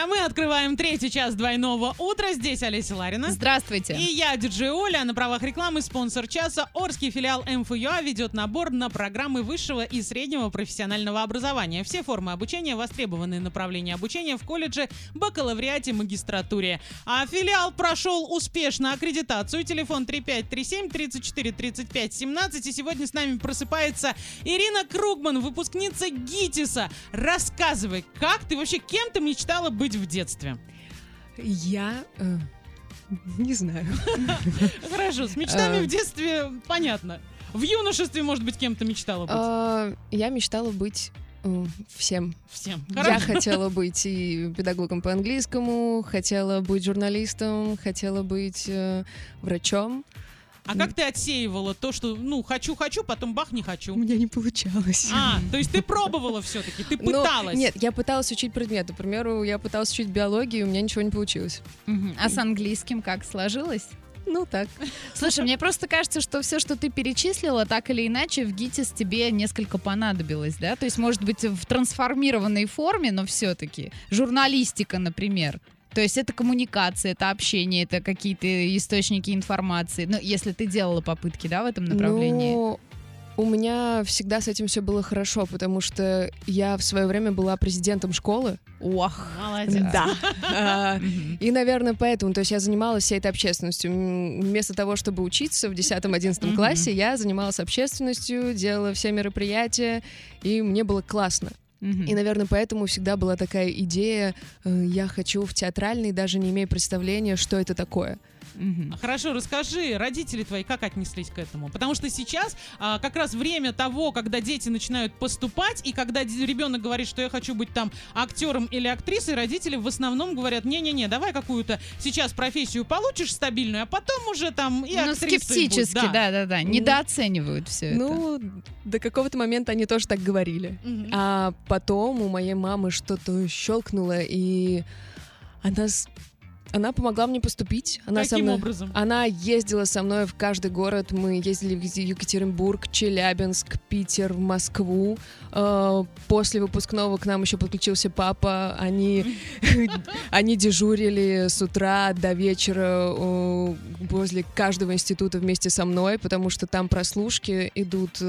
друзья, мы открываем третий час двойного утра. Здесь Олеся Ларина. Здравствуйте. И я, диджей Оля. На правах рекламы спонсор часа Орский филиал МФЮА ведет набор на программы высшего и среднего профессионального образования. Все формы обучения, востребованные направления обучения в колледже, бакалавриате, магистратуре. А филиал прошел успешно аккредитацию. Телефон 3537 34 35 17. И сегодня с нами просыпается Ирина Кругман, выпускница ГИТИСа. Рассказывай, как ты вообще, кем ты мечтала быть в детстве? Я не знаю. Хорошо, с мечтами в детстве понятно. В юношестве, может быть, кем-то мечтала быть? Я мечтала быть всем. Всем. Я хотела быть и педагогом по английскому, хотела быть журналистом, хотела быть врачом. А как ты отсеивала то, что, хочу, потом бах, не хочу? У меня не получалось. То есть ты пробовала все-таки, ты пыталась? Нет, я пыталась учить предметы. К примеру, я пыталась учить биологию, у меня ничего не получилось. А с английским как сложилось? Так. Слушай, мне просто кажется, что все, что ты перечислила, так или иначе в ГИТИС тебе несколько понадобилось, да? То есть, может быть, в трансформированной форме, но все-таки. Журналистика, например. То есть это коммуникация, это общение, это какие-то источники информации. Если ты делала попытки, да, в этом направлении? У меня всегда с этим все было хорошо, потому что я в свое время была президентом школы. Ох, молодец. Да. И, наверное, поэтому, то есть я занималась всей этой общественностью. Вместо того, чтобы учиться в 10-11 классе, я занималась общественностью, делала все мероприятия, и мне было классно. И, наверное, поэтому всегда была такая идея, я хочу в театральный, даже не имея представления, что это такое. Хорошо, расскажи, родители твои как отнеслись к этому? Потому что сейчас как раз время того, когда дети начинают поступать, и когда ребенок говорит, что я хочу быть там актером или актрисой, родители в основном говорят, не-не-не, давай какую-то сейчас профессию получишь стабильную, а потом уже там и актрисой скептически, будь. да, недооценивают все это. До какого-то момента они тоже так говорили. А потом у моей мамы что-то щелкнуло, и она помогла мне поступить. Каким образом? Она ездила со мной в каждый город. Мы ездили в Екатеринбург, Челябинск, Питер, Москву. После выпускного к нам еще подключился папа. Они дежурили с утра до вечера возле каждого института вместе со мной, потому что там прослушки идут...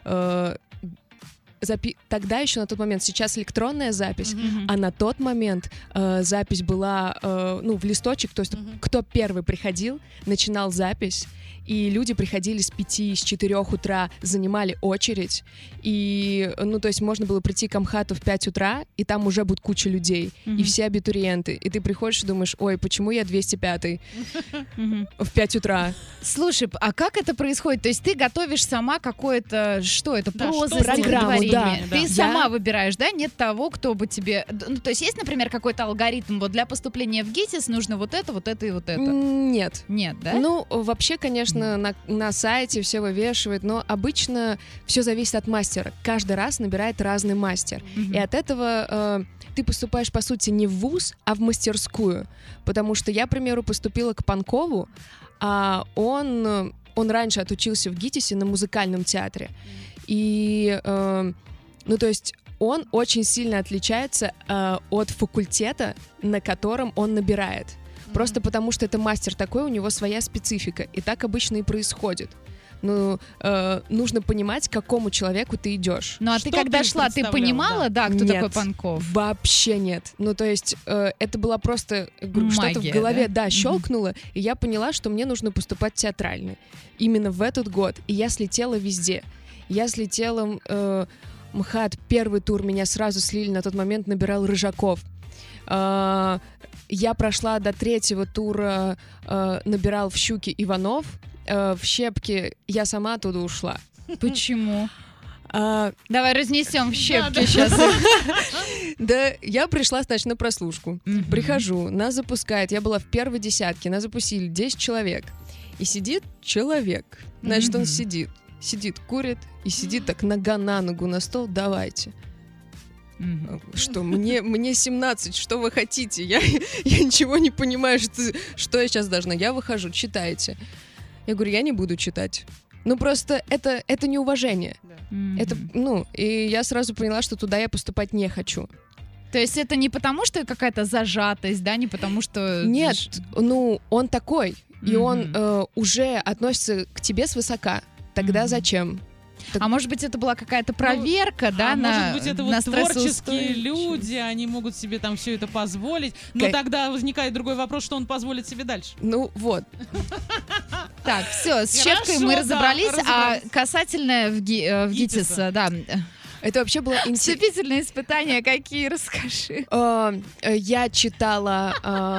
Тогда еще на тот момент, сейчас электронная запись, а на тот момент запись была в листочек, то есть кто первый приходил, начинал запись, и люди приходили с 4 утра, занимали очередь, и, то есть можно было прийти к Амхату в 5 утра, и там уже будет куча людей, и все абитуриенты, и ты приходишь и думаешь, ой, почему я 205-й в 5 утра? Слушай, а как это происходит? То есть ты готовишь сама какое-то, что это, проза, программу, стихотворение? да. Ты сама выбираешь, да? Нет того, кто бы тебе... то есть есть, например, какой-то алгоритм, вот для поступления в ГИТИС нужно вот это и вот это? Нет. Нет, да? Вообще, конечно, на сайте все вывешивают, но обычно все зависит от мастера. Каждый раз набирает разный мастер. И от этого ты поступаешь, по сути, не в вуз, а в мастерскую. Потому что я, к примеру, поступила к Панкову, а он раньше отучился в ГИТИСе на музыкальном театре. И, то есть он очень сильно отличается от факультета, на котором он набирает. Просто потому, что это мастер такой, у него своя специфика. И так обычно и происходит. Нужно понимать, к какому человеку ты идешь. Ты когда шла, ты понимала, кто такой Панков? Вообще нет. То есть это была просто что-то в голове, щелкнуло, и я поняла, что мне нужно поступать в театральный. Именно в этот год. И я слетела везде. Я слетела МХАТ, первый тур меня сразу слили, на тот момент набирал Рыжаков. Я прошла до 3-го тура, набирал в Щуке Иванов, в Щепке я сама оттуда ушла. Почему? Давай разнесем в щепки сейчас. Да, я пришла, значит, на прослушку. Прихожу, нас запускают, я была в первой десятке, нас запустили 10 человек. И сидит человек, значит, он сидит, курит и сидит так нога на ногу на стол, давайте. Что, мне 17, что вы хотите? Я ничего не понимаю, что я сейчас должна. Я выхожу, читайте. Я говорю, я не буду читать. Просто это неуважение. Это, и я сразу поняла, что туда я поступать не хочу. То есть это не потому, что какая-то зажатость, да, не потому что... Нет, ну, он такой, и он Мгм. уже относится к тебе свысока. Тогда Мгм. зачем? А может быть, это была какая-то проверка, да, а на может быть, это на вот творческие стрессоустойчивость? люди, они могут себе там все это позволить. Но Ка- тогда возникает другой вопрос, что он позволит себе дальше. Ну, вот. Так, все, с Хорошо, щеткой мы да, разобрались, а разобрались. касательно в ГИТИСа. ГИТИСа, да. Это вообще было интересно. Вступительные испытания какие, расскажи. Я читала...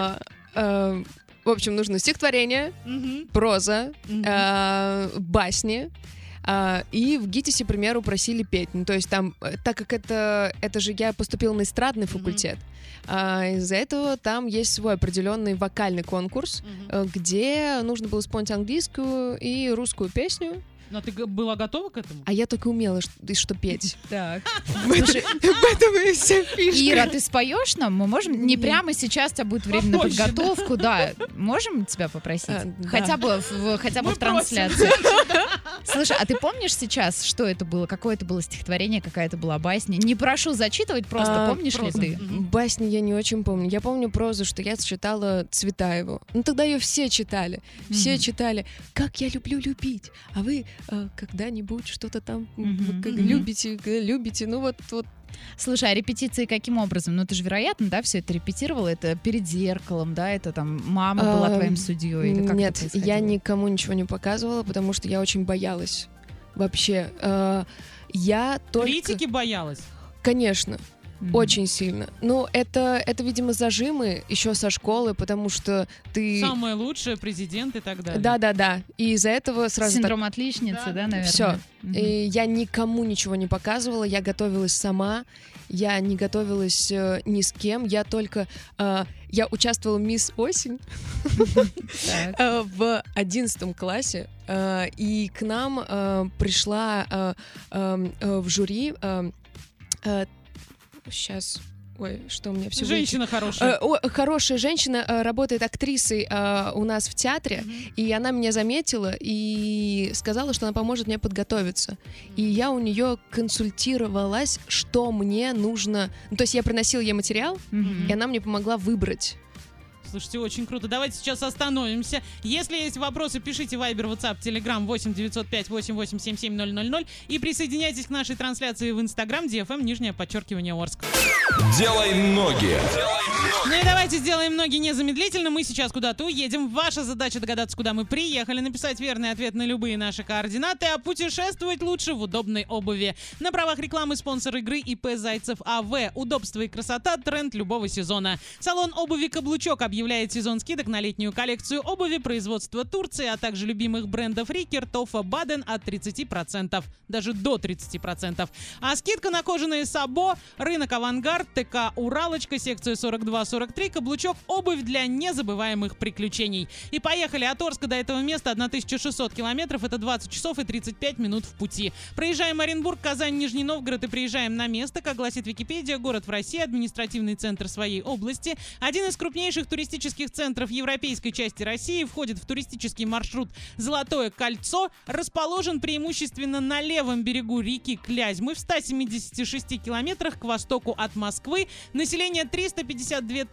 В общем, нужно стихотворение, Мгм. проза, Мгм. басни. И в ГИТИСе, к примеру, просили петь. Ну, то есть там, так как это же я поступила на эстрадный факультет, из-за этого там есть свой определенный вокальный конкурс, Мгм. где нужно было исполнить английскую и русскую песню. Но ты была готова к этому? А я только умела что петь. Так. В этом и вся фишка. Ира, ты споешь нам? Мы можем не прямо сейчас, у тебя будет время на Попозже, подготовку, да. Можем тебя попросить? Да. Хотя бы Мы в трансляции. Слушай, а ты помнишь сейчас, что это было? Какое это было стихотворение, какая это была басня? Не прошу зачитывать, просто помнишь ли просто. ты? Мгм. Басни я не очень помню. Я помню прозу, что я читала Цветаеву. Ну, тогда ее все читали. Все Мгм. читали. Как я люблю любить. А вы когда-нибудь что-то там Мгм. как Мгм. любите. Ну, вот. Слушай, а репетиции каким образом? Ну, ты же, вероятно, да, все это репетировала? Это перед зеркалом, да? Это там мама была твоим судьей? Или как Нет, это происходило? я никому ничего не показывала, потому что я очень боялась. Вообще. Я только... Критики боялась. Конечно. Мгм. Очень сильно. Но это, видимо, зажимы еще со школы, потому что ты... Самое лучшее, президент и так далее. Да. И из-за этого сразу так... Синдром отличницы, Да. да, наверное? Всё. Мгм. И я никому ничего не показывала, я готовилась сама, я не готовилась ни с кем, я только... я участвовала в «Мисс Осень» Так. в 11 классе, и к нам пришла в жюри... Сейчас... Ой, что у меня все Женщина хорошая. Хорошая женщина, работает актрисой у нас в театре, и она меня заметила и сказала, что она поможет мне подготовиться. И я у нее консультировалась, что мне нужно. Ну, то есть я приносила ей материал, Мгм. и она мне помогла выбрать. Слушайте, очень круто. Давайте сейчас остановимся. Если есть вопросы, пишите Viber, WhatsApp, Telegram 8 905 8877 000 и присоединяйтесь к нашей трансляции в Instagram DFM, _Орск. Делай ноги. Ну и давайте сделаем ноги незамедлительно. Мы сейчас куда-то уедем. Ваша задача догадаться, куда мы приехали, написать верный ответ на любые наши координаты, а путешествовать лучше в удобной обуви. На правах рекламы спонсор игры ИП Зайцев АВ. Удобство и красота – тренд любого сезона. Салон обуви «Каблучок» объявляет сезон скидок на летнюю коллекцию обуви производства Турции, а также любимых брендов Рикер, Тофа, Баден от 30%. Даже до 30%. А скидка на кожаные сабо, рынок «Авангард», ТК «Уралочка», секция 42-43, «Каблучок», обувь для незабываемых приключений. И поехали от Орска до этого места 1600 километров, это 20 часов и 35 минут в пути. Проезжаем Оренбург, Казань, Нижний Новгород и приезжаем на место. Как гласит Википедия, город в России, административный центр своей области. Один из крупнейших туристических центров европейской части России, входит в туристический маршрут «Золотое кольцо», расположен преимущественно на левом берегу реки Клязьмы в 176 километрах к востоку от Москвы. Население 352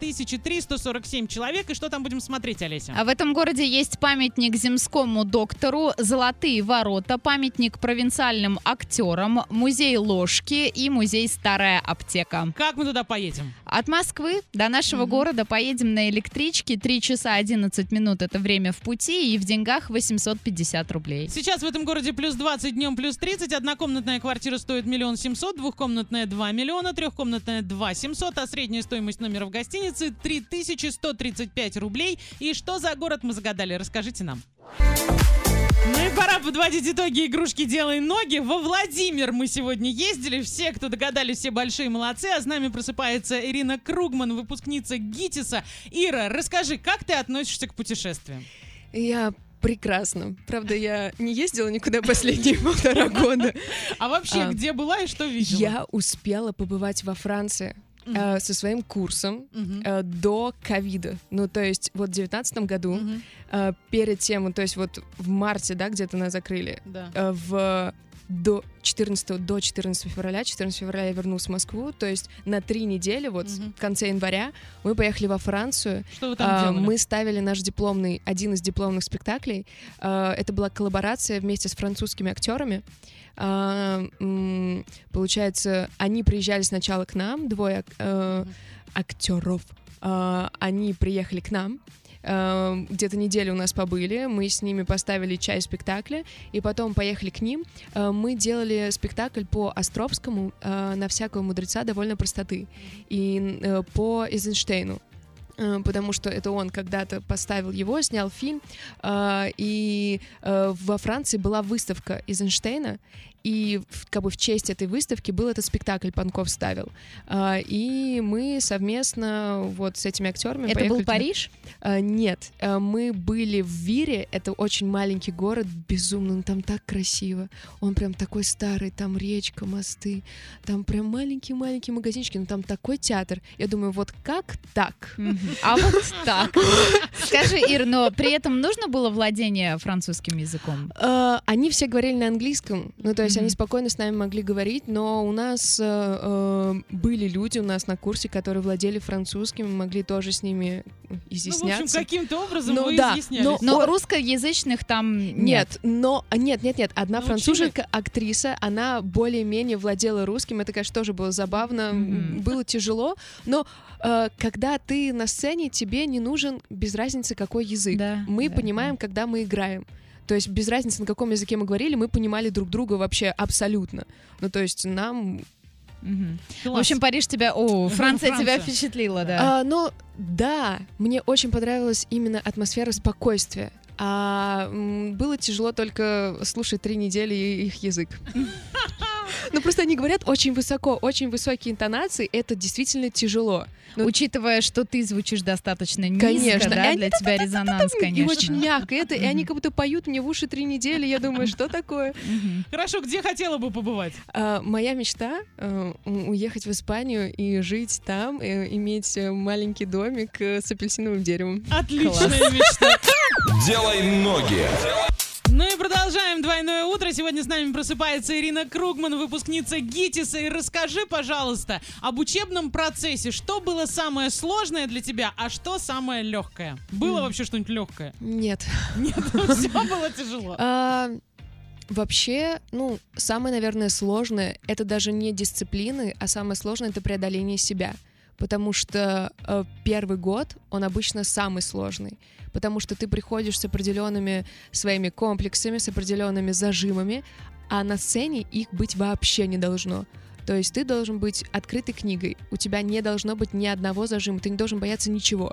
347 человек. И что там будем смотреть, Олеся? А в этом городе есть памятник земскому доктору, золотые ворота, памятник провинциальным актерам, музей ложки и музей старая аптека. Как мы туда поедем? От Москвы до нашего города поедем на электричке. 3 часа 11 минут это время в пути, и в деньгах 850 рублей. Сейчас в этом городе плюс 20, днем плюс 30. Однокомнатная квартира стоит 1 700 000, двухкомнатная 2 миллиона, трехкомнатная 2 700, а средняя стоимость номера в гостинице 3135 рублей. И что за город мы загадали? Расскажите нам. Ну и пора подводить итоги игрушки «Делай ноги». Во Владимир мы сегодня ездили. Все, кто догадались, все большие молодцы. А с нами просыпается Ирина Кругман, выпускница ГИТИСа. Ира, расскажи, как ты относишься к путешествиям? Я прекрасно. Правда, я не ездила никуда последние 1,5 года. А вообще, где была и что видела? Я успела побывать во Франции со своим курсом Мгм. до ковида. Ну, то есть вот в 2019 году, Мгм. перед тем, то есть вот в марте, да, где-то нас закрыли, Да. в до 14 февраля. 14 февраля я вернулась в Москву, то есть на 3 недели, вот в конце января, мы поехали во Францию. Что вы там делали? Мы ставили один из дипломных спектаклей. Это была коллаборация вместе с французскими актерами. Получается, они приезжали сначала к нам, 2 актеров. Они приехали к нам. Где-то неделю у нас побыли, мы с ними поставили часть спектакля, и потом поехали к ним. Мы делали спектакль по Островскому «На всякого мудреца довольно простоты» и по Эйзенштейну, потому что это он когда-то поставил его, снял фильм, и во Франции была выставка Эйзенштейна, и как бы в честь этой выставки был этот спектакль, Панков ставил. И мы совместно вот с этими актерами Это поехали был Париж? Нет, мы были в Вире, это очень маленький город, безумно, ну, там так красиво. Он прям такой старый, там речка, мосты, там прям маленькие-маленькие магазинчики, но там такой театр. Я думаю, вот как так? А вот так. Скажи, Ир, но при этом нужно было владение французским языком? Они все говорили на английском, ну то есть они спокойно с нами могли говорить, но у нас были люди у нас на курсе, которые владели французским, мы могли тоже с ними изъясняться. Ну, в общем, каким-то образом вы да, изъяснялись. Но русскоязычных там нет. Нет. Одна Научили? француженка, актриса, она более-менее владела русским. Это, конечно, тоже было забавно, было тяжело. Но когда ты на сцене, тебе не нужен без разницы какой язык. Да, Мы да, понимаем, когда мы играем. То есть без разницы, на каком языке мы говорили, мы понимали друг друга вообще абсолютно. Ну, то есть нам... В общем, Париж тебя... Франция тебя впечатлила, да. Да, мне очень понравилась именно атмосфера спокойствия. Было тяжело только слушать 3 недели их язык. Ну, просто они говорят очень высоко, очень высокие интонации, это действительно тяжело. Учитывая, что ты звучишь достаточно низко, Конечно. да, для тебя резонанс, И конечно. очень мягко, и они как будто поют мне в уши 3 недели, я думаю, что такое? Хорошо, где хотела бы побывать? Моя мечта уехать в Испанию и жить там, иметь маленький домик с апельсиновым деревом. Отличная мечта. Делай ноги. Ну и продолжаем «Двойное утро». Сегодня с нами просыпается Ирина Кругман, выпускница ГИТИСа. И расскажи, пожалуйста, об учебном процессе. Что было самое сложное для тебя, а что самое легкое? Было вообще что-нибудь легкое? Нет. Нет, все было тяжело. Вообще, самое, наверное, сложное — это даже не дисциплины, а самое сложное — это преодоление себя. Потому что первый год, он обычно самый сложный. Потому что ты приходишь с определенными своими комплексами, с определенными зажимами, а на сцене их быть вообще не должно. То есть ты должен быть открытой книгой, у тебя не должно быть ни одного зажима, ты не должен бояться ничего.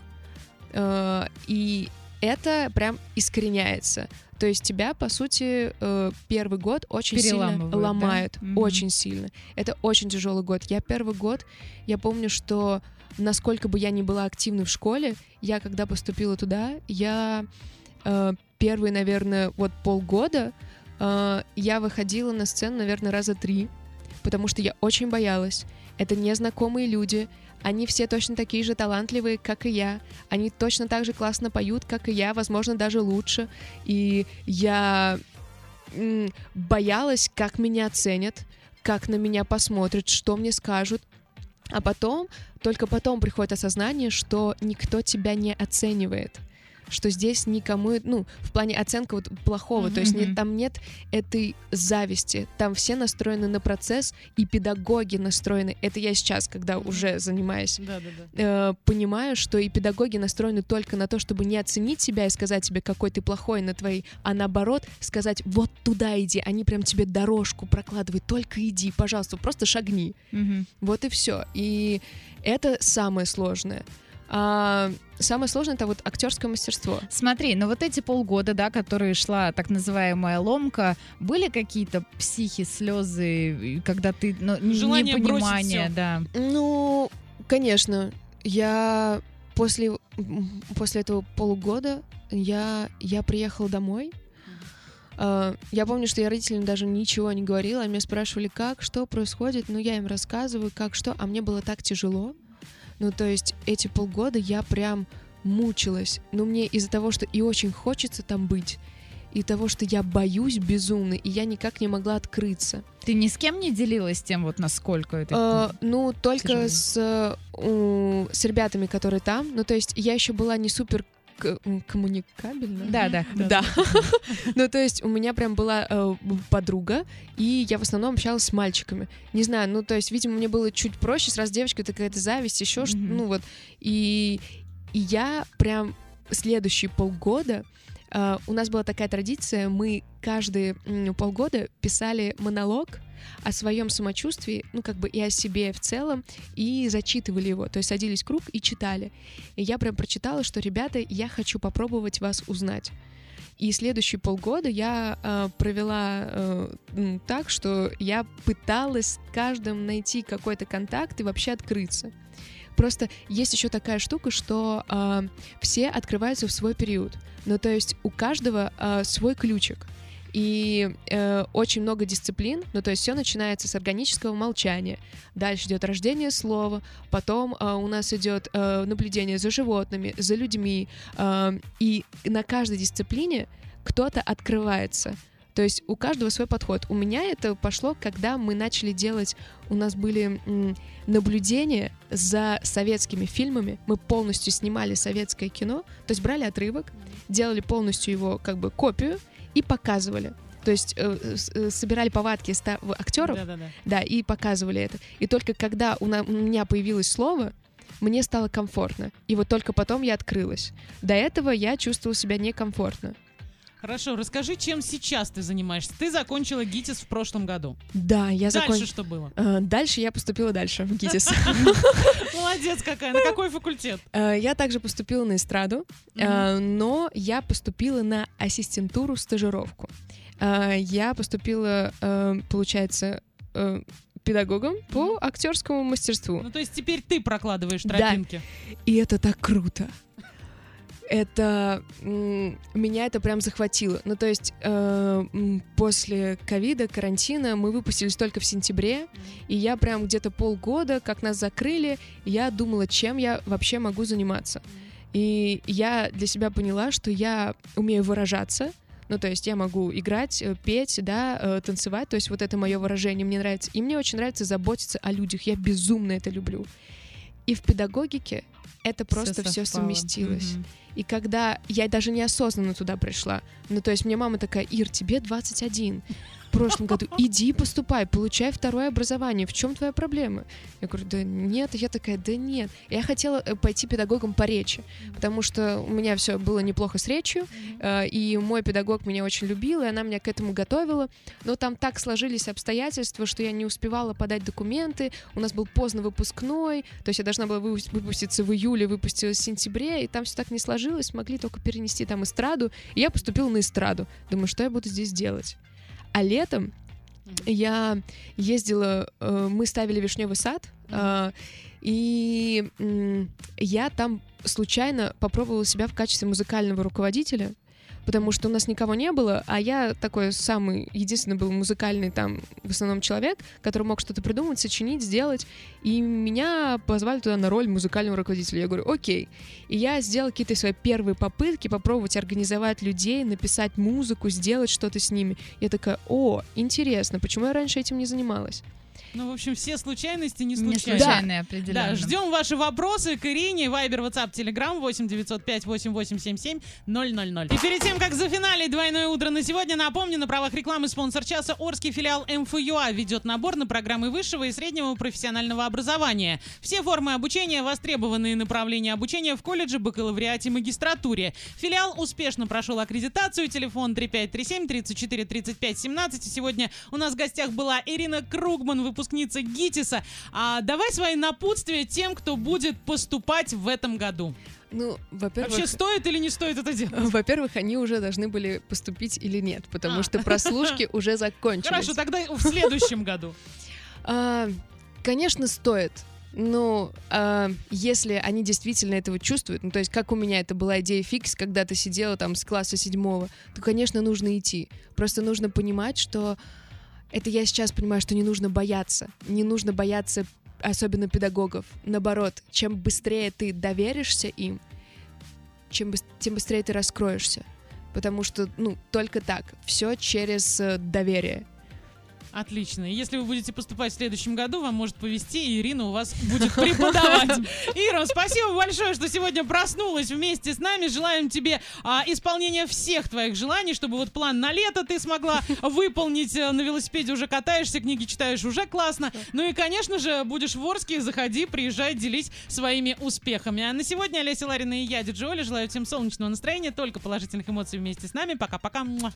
И это прям искореняется. То есть тебя, по сути, первый год очень сильно ломают, да? Очень сильно. Это очень тяжелый год. Я первый год, я помню, что насколько бы я ни была активной в школе, я, когда поступила туда, я первые, наверное, полгода я выходила на сцену, наверное, раза 3, потому что я очень боялась. Это незнакомые люди, они все точно такие же талантливые, как и я. Они точно так же классно поют, как и я, возможно, даже лучше. И я боялась, как меня оценят, как на меня посмотрят, что мне скажут. А потом, только потом приходит осознание, что никто тебя не оценивает. Что здесь никому, в плане оценка плохого, то есть там нет этой зависти, там все настроены на процесс, и педагоги настроены, это я сейчас, когда уже занимаюсь, понимаю, что и педагоги настроены только на то, чтобы не оценить себя и сказать тебе, какой ты плохой на твоей, а наоборот, сказать, вот туда иди, они прям тебе дорожку прокладывают, только иди, пожалуйста, просто шагни. Вот и все. И это самое сложное. Самое сложное — это актерское мастерство. Смотри, вот эти полгода, да, которые шла так называемая ломка, были какие-то психи, слезы, когда ты, желание непонимание, да? Конечно. Я после этого полугода я приехала домой. Я помню, что я родителям даже ничего не говорила, они меня спрашивали, как, что происходит, я им рассказываю, как, что, а мне было так тяжело. То есть эти полгода я прям мучилась. Мне из-за того, что и очень хочется там быть, и того, что я боюсь безумно, и я никак не могла открыться. Ты ни с кем не делилась тем, вот насколько это Ну, только тяжело? с ребятами, которые там. Ну, то есть я еще была не супер коммуникабельна. Да. Да. Ну, то есть у меня прям была подруга, и я в основном общалась с мальчиками. Не знаю, ну, то есть, видимо, мне было чуть проще, сразу девочка, это какая-то зависть, еще что-то, ну, вот. И я прям следующие полгода, у нас была такая традиция, мы каждые полгода писали монолог о своем самочувствии, ну, как бы и о себе в целом, и зачитывали его. То есть садились в круг и читали. И я прям прочитала, что, ребята, я хочу попробовать вас узнать. И следующие полгода я провела так, что я пыталась с каждым найти какой-то контакт и вообще открыться. Просто есть еще такая штука, что все открываются в свой период. Ну, то есть у каждого свой ключик. И очень много дисциплин, ну, то есть все начинается с органического молчания. Дальше идет рождение слова, потом у нас идет наблюдение за животными, за людьми. И на каждой дисциплине кто-то открывается. То есть у каждого свой подход. У меня это пошло, когда мы начали делать, у нас были наблюдения за советскими фильмами, мы полностью снимали советское кино, то есть брали отрывок, делали полностью его как бы копию и показывали. То есть собирали повадки актеров, да, и показывали это. И только когда у меня появилось слово, мне стало комфортно. И вот только потом я открылась. До этого я чувствовала себя некомфортно. Хорошо, расскажи, чем сейчас ты занимаешься. Ты закончила ГИТИС в прошлом году. Да, я закончила. Дальше что было? Дальше я поступила дальше в ГИТИС. Молодец какая. На какой факультет? Я также поступила на эстраду, но я поступила на ассистентуру-стажировку. Я поступила, получается, педагогом по актерскому мастерству. Ну, то есть теперь ты прокладываешь тропинки. Да. И это так круто. Меня это прям захватило. Ну, то есть после ковида, карантина мы выпустились только в сентябре, и я прям где-то полгода, как нас закрыли, я думала, чем я вообще могу заниматься. И я для себя поняла, что я умею выражаться. Ну, то есть я могу играть, петь, да, танцевать. То есть вот это мое выражение мне нравится. И мне очень нравится заботиться о людях. Я безумно это люблю. И в педагогике это просто все совместилось. И когда я даже неосознанно туда пришла, ну, то есть мне мама такая: Ир, тебе 21. В прошлом году иди поступай, получай второе образование. В чем твоя проблема? Я говорю: да нет. Я такая: да нет. Я хотела пойти педагогом по речи, потому что у меня все было неплохо с речью, и мой педагог меня очень любил, и она меня к этому готовила. Но там так сложились обстоятельства, что я не успевала подать документы. У нас был поздно выпускной, то есть я должна была выпуститься в июле, выпустилась в сентябре, и там все так не сложилось, смогли только перенести там эстраду. И я поступила на эстраду. Думаю, что я буду здесь делать? А летом я ездила, мы ставили «Вишневый сад», и я там случайно попробовала себя в качестве музыкального руководителя, потому что у нас никого не было, а я такой самый, единственный был музыкальный там в основном человек, который мог что-то придумать, сочинить, сделать, и меня позвали туда на роль музыкального руководителя. Я говорю: окей. И я сделала какие-то свои первые попытки попробовать организовать людей, написать музыку, сделать что-то с ними. Я такая: о, интересно, почему я раньше этим не занималась? Ну, в общем, все случайности не Не случайны. случайные, определенно. Да, ждем ваши вопросы к Ирине. Вайбер, WhatsApp, Telegram 8-905-8877-000. И перед тем, как зафиналить «Двойное утро» на сегодня, напомню, на правах рекламы спонсор часа Орский филиал МФЮА ведет набор на программы высшего и среднего профессионального образования. Все формы обучения, востребованные направления обучения в колледже, бакалавриате, магистратуре. Филиал успешно прошел аккредитацию. Телефон 3537-34-35-17. Сегодня у нас в гостях была Ирина Кругман, выпускница ГИТИСа. Давай свои напутствия тем, кто будет поступать в этом году. Ну, во-первых... Вообще, стоит или не стоит это делать? Во-первых, они уже должны были поступить или нет, потому что прослушки уже закончились. Хорошо, тогда в следующем году. Конечно, стоит. Но если они действительно этого чувствуют, ну, то есть как у меня это была идея фикс, когда ты сидела там с класса 7-го, то, конечно, нужно идти. Просто нужно понимать, что это я сейчас понимаю, что не нужно бояться. Не нужно бояться, особенно педагогов. Наоборот, чем быстрее ты доверишься им, тем быстрее ты раскроешься. потому что, ну, только так, все через доверие. Отлично. И если вы будете поступать в следующем году, вам может повезти, и Ирина у вас будет преподавать. Ира, спасибо большое, что сегодня проснулась вместе с нами. Желаем тебе исполнения всех твоих желаний, чтобы вот план на лето ты смогла выполнить. На велосипеде уже катаешься, книги читаешь, уже классно. Ну и, конечно же, будешь в Орске, заходи, приезжай, делись своими успехами. А на сегодня Олеся Ларина и я, Диджей Оля, желаю всем солнечного настроения, только положительных эмоций вместе с нами. Пока-пока.